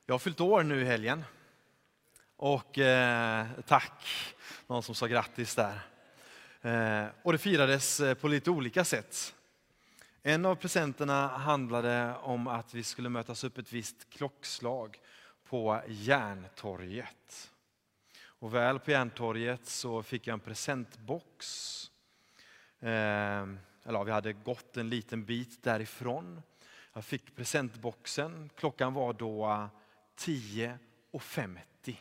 Jag har fyllt år nu i helgen. Och tack någon som sa grattis där. Och det firades på lite olika sätt. En av presenterna handlade om att vi skulle mötas upp ett visst klockslag på Järntorget. Och väl på Järntorget så fick jag en presentbox. Eller vi hade gått en liten bit därifrån. Jag fick presentboxen. Klockan var då 10:50.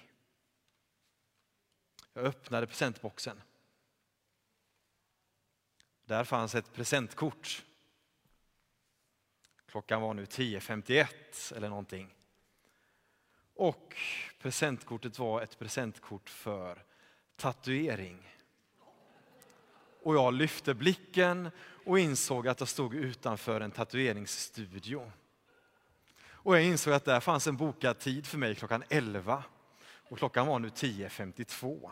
Jag öppnade presentboxen. Där fanns ett presentkort. Klockan var nu 10:51 eller någonting. Och presentkortet var ett presentkort för tatuering. Och jag lyfte blicken och insåg att jag stod utanför en tatueringsstudio. Och jag insåg att där fanns en bokad tid för mig klockan 11. Och klockan var nu 10:52.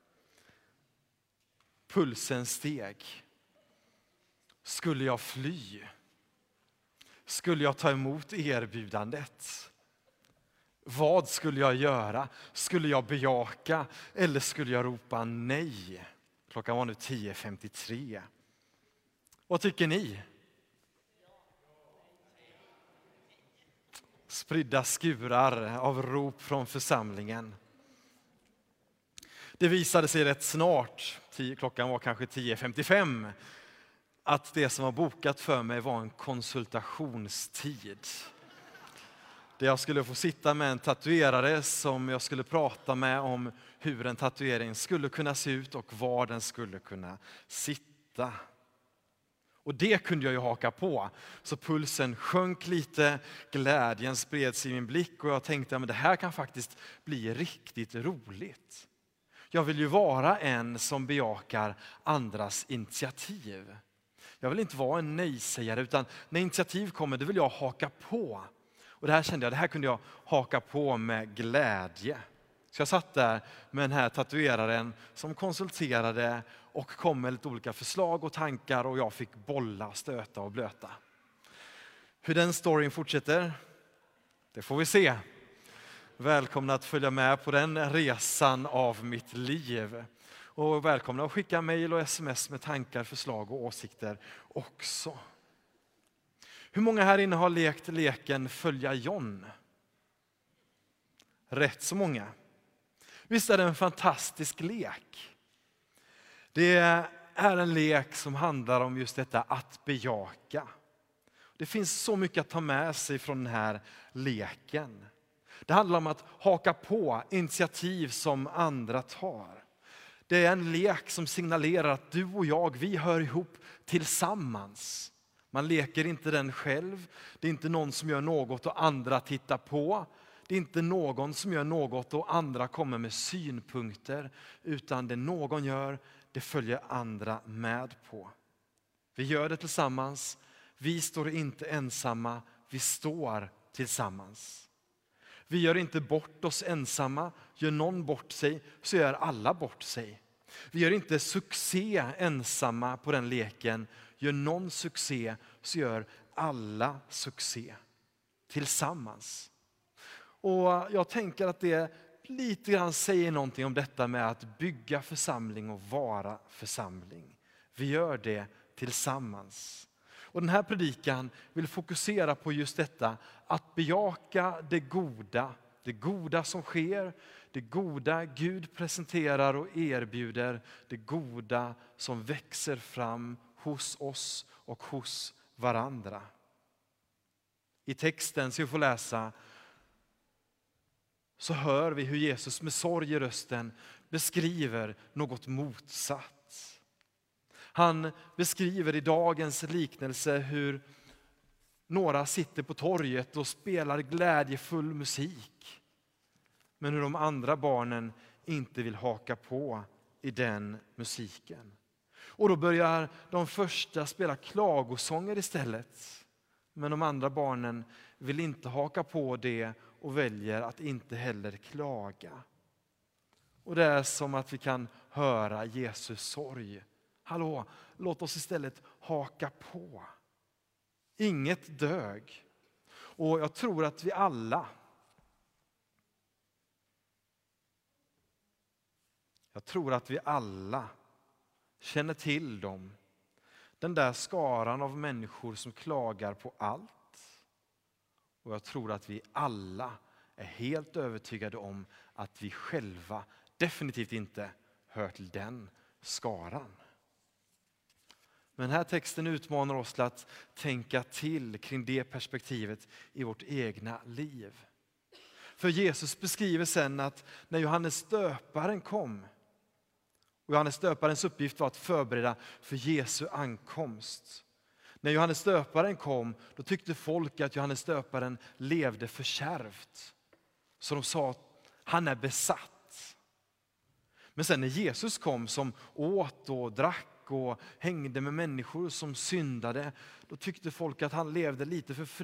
Pulsen steg. Skulle jag fly? Skulle jag ta emot erbjudandet? Vad skulle jag göra? Skulle jag bejaka eller skulle jag ropa nej? Klockan var nu 10:53. Vad tycker ni? Spridda skurar av rop från församlingen. Det visade sig rätt snart, klockan var kanske 10:55, att det som var bokat för mig var en konsultationstid. Där jag skulle få sitta med en tatuerare som jag skulle prata med om hur en tatuering skulle kunna se ut och var den skulle kunna sitta. Och det kunde jag ju haka på. Så pulsen sjönk lite, glädjen spreds i min blick och jag tänkte att det här kan faktiskt bli riktigt roligt. Jag vill ju vara en som bejakar andras initiativ. Jag vill inte vara en nej-sägare utan när initiativ kommer det vill jag haka på. Och det här kände jag, det här kunde jag haka på med glädje. Så jag satt där med den här tatueraren som konsulterade och kom med lite olika förslag och tankar och jag fick bolla, stöta och blöta. Hur den storyn fortsätter, det får vi se. Välkomna att följa med på den resan av mitt liv. Och välkomna att skicka mejl och sms med tankar, förslag och åsikter också. Hur många här inne har lekt leken Följa John? Rätt så många. Visst är det en fantastisk lek? Det är en lek som handlar om just detta att bejaka. Det finns så mycket att ta med sig från den här leken. Det handlar om att haka på initiativ som andra tar. Det är en lek som signalerar att du och jag, vi hör ihop tillsammans. Man leker inte den själv. Det är inte någon som gör något och andra tittar på. Det är inte någon som gör något och andra kommer med synpunkter. Utan det någon gör, det följer andra med på. Vi gör det tillsammans. Vi står inte ensamma, vi står tillsammans. Vi gör inte bort oss ensamma. Gör någon bort sig så gör alla bort sig. Vi gör inte succé ensamma på den leken. Gör någon succé så gör alla succé. Tillsammans. Och jag tänker att det lite grann säger någonting om detta med att bygga församling och vara församling. Vi gör det tillsammans. Och den här predikan vill fokusera på just detta. Att bejaka det goda som sker. Det goda Gud presenterar och erbjuder. Det goda som växer fram hos oss och hos varandra. I texten som vi får läsa så hör vi hur Jesus med sorg i rösten beskriver något motsatt. Han beskriver i dagens liknelse hur några sitter på torget och spelar glädjefull musik. Men hur de andra barnen inte vill haka på i den musiken. Och då börjar de första spela klagosånger istället. Men de andra barnen vill inte haka på det och väljer att inte heller klaga. Och det är som att vi kan höra Jesus sorg. Hallå, låt oss istället haka på. Inget dög. Och jag tror att vi alla Jag tror att vi alla känner till dem. Den där skaran av människor som klagar på allt. Och jag tror att vi alla är helt övertygade om att vi själva definitivt inte hör till den skaran. Men den här texten utmanar oss till att tänka till kring det perspektivet i vårt egna liv. För Jesus beskriver sen att när Johannes döparen kom, och Johannes döparens uppgift var att förbereda för Jesu ankomst. När Johannes döparen kom, då tyckte folk att Johannes döparen levde för kärvt. Så de sa att han är besatt. Men sen när Jesus kom som åt och drack och hängde med människor som syndade, då tyckte folk att han levde lite för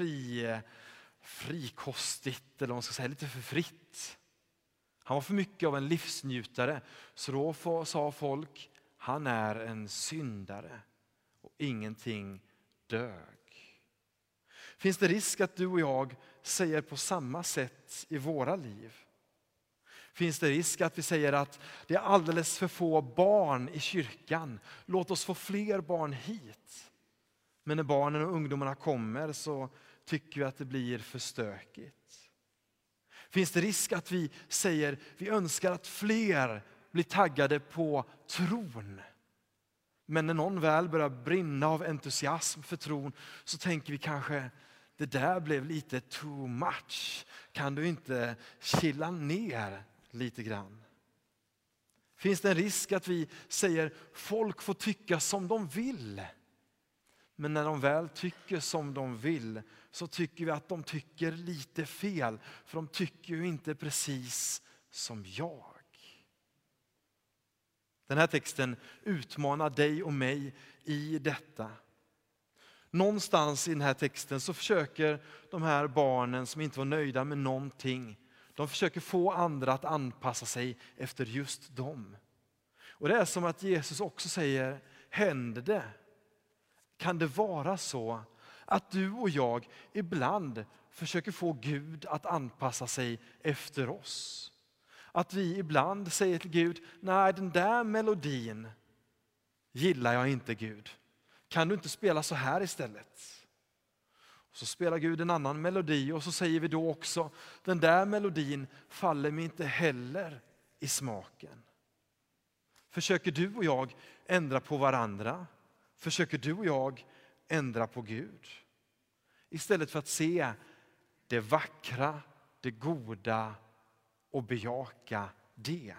frikostigt, eller vad man ska säga, lite för fritt. Han var för mycket av en livsnjutare, så då sa folk, han är en syndare och ingenting dög. Finns det risk att du och jag säger på samma sätt i våra liv? Finns det risk att vi säger att det är alldeles för få barn i kyrkan, låt oss få fler barn hit. Men när barnen och ungdomarna kommer så tycker vi att det blir för stökigt. Finns det risk att vi säger vi önskar att fler blir taggade på tron. Men när någon väl börjar brinna av entusiasm för tron så tänker vi kanske det där blev lite too much. Kan du inte chilla ner lite grann? Finns det en risk att vi säger folk får tycka som de vill. Men när de väl tycker som de vill så tycker vi att de tycker lite fel. För de tycker ju inte precis som jag. Den här texten utmanar dig och mig i detta. Någonstans i den här texten så försöker de här barnen som inte var nöjda med någonting. De försöker få andra att anpassa sig efter just dem. Och det är som att Jesus också säger, händer det? Kan det vara så att du och jag ibland försöker få Gud att anpassa sig efter oss? Att vi ibland säger till Gud, nej den där melodin gillar jag inte Gud. Kan du inte spela så här istället? Så spelar Gud en annan melodi och så säger vi då också, den där melodin faller mig inte heller i smaken. Försöker du och jag ändra på varandra? Försöker du och jag ändra på Gud? Istället för att se det vackra, det goda och bejaka det.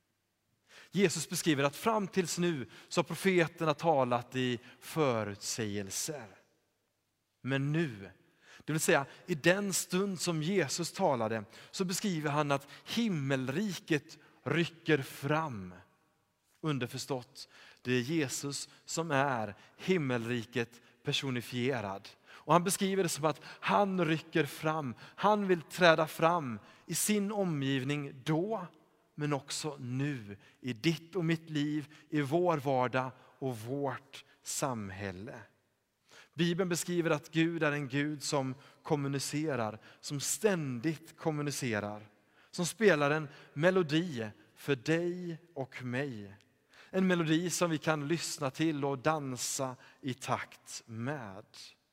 Jesus beskriver att fram tills nu så har profeterna talat i förutsägelser. Men nu, det vill säga i den stund som Jesus talade, så beskriver han att himmelriket rycker fram. Underförstått, det är Jesus som är himmelriket personifierad. Och han beskriver det som att han rycker fram, han vill träda fram i sin omgivning då, men också nu i ditt och mitt liv, i vår vardag och vårt samhälle. Bibeln beskriver att Gud är en Gud som kommunicerar, som ständigt kommunicerar, som spelar en melodi för dig och mig. En melodi som vi kan lyssna till och dansa i takt med.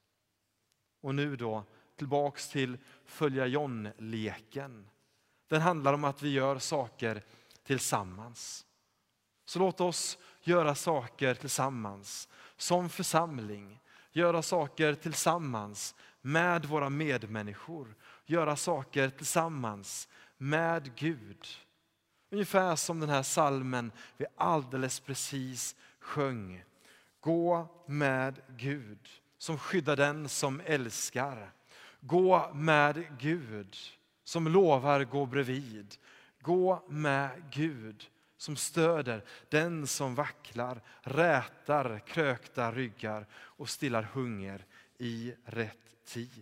Och nu då, tillbaks till följa John-leken. Den handlar om att vi gör saker tillsammans. Så låt oss göra saker tillsammans som församling. Göra saker tillsammans med våra medmänniskor. Göra saker tillsammans med Gud. Ungefär som den här salmen vi alldeles precis sjöng. Gå med Gud som skyddar den som älskar. Gå med Gud som lovar gå bredvid. Gå med Gud som stöder den som vacklar, rätar krökta ryggar och stillar hunger i rätt tid.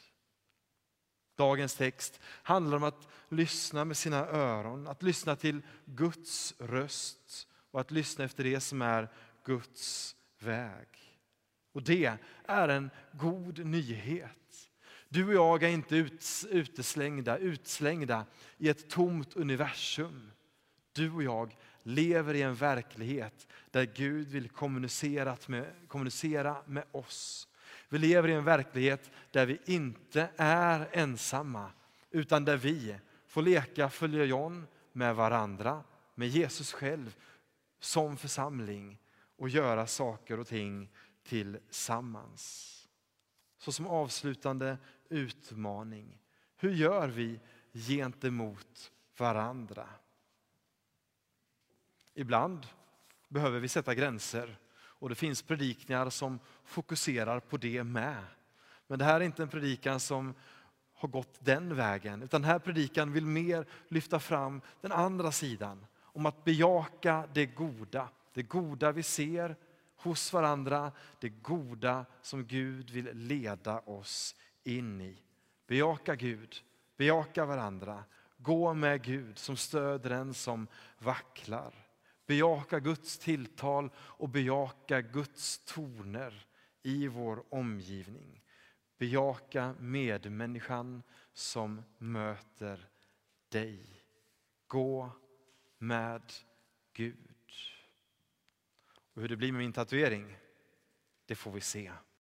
Dagens text handlar om att lyssna med sina öron, att lyssna till Guds röst och att lyssna efter det som är Guds väg. Och det är en god nyhet. Du och jag är inte utslängda i ett tomt universum. Du och jag lever i en verklighet där Gud vill kommunicera med oss. Vi lever i en verklighet där vi inte är ensamma, utan där vi får leka följejon med varandra, med Jesus själv som församling och göra saker och ting tillsammans. Så som avslutande utmaning, hur gör vi gentemot varandra? Ibland behöver vi sätta gränser och det finns predikningar som fokuserar på det med. Men det här är inte en predikan som har gått den vägen, utan den här predikan vill mer lyfta fram den andra sidan, om att bejaka det goda vi ser hos varandra, det goda som Gud vill leda oss in i. Bejaka Gud, bejaka varandra, gå med Gud som stöder den som vacklar. Bejaka Guds tilltal och bejaka Guds toner i vår omgivning. Bejaka medmänniskan som möter dig. Gå med Gud. Och hur det blir med min tatuering, det får vi se.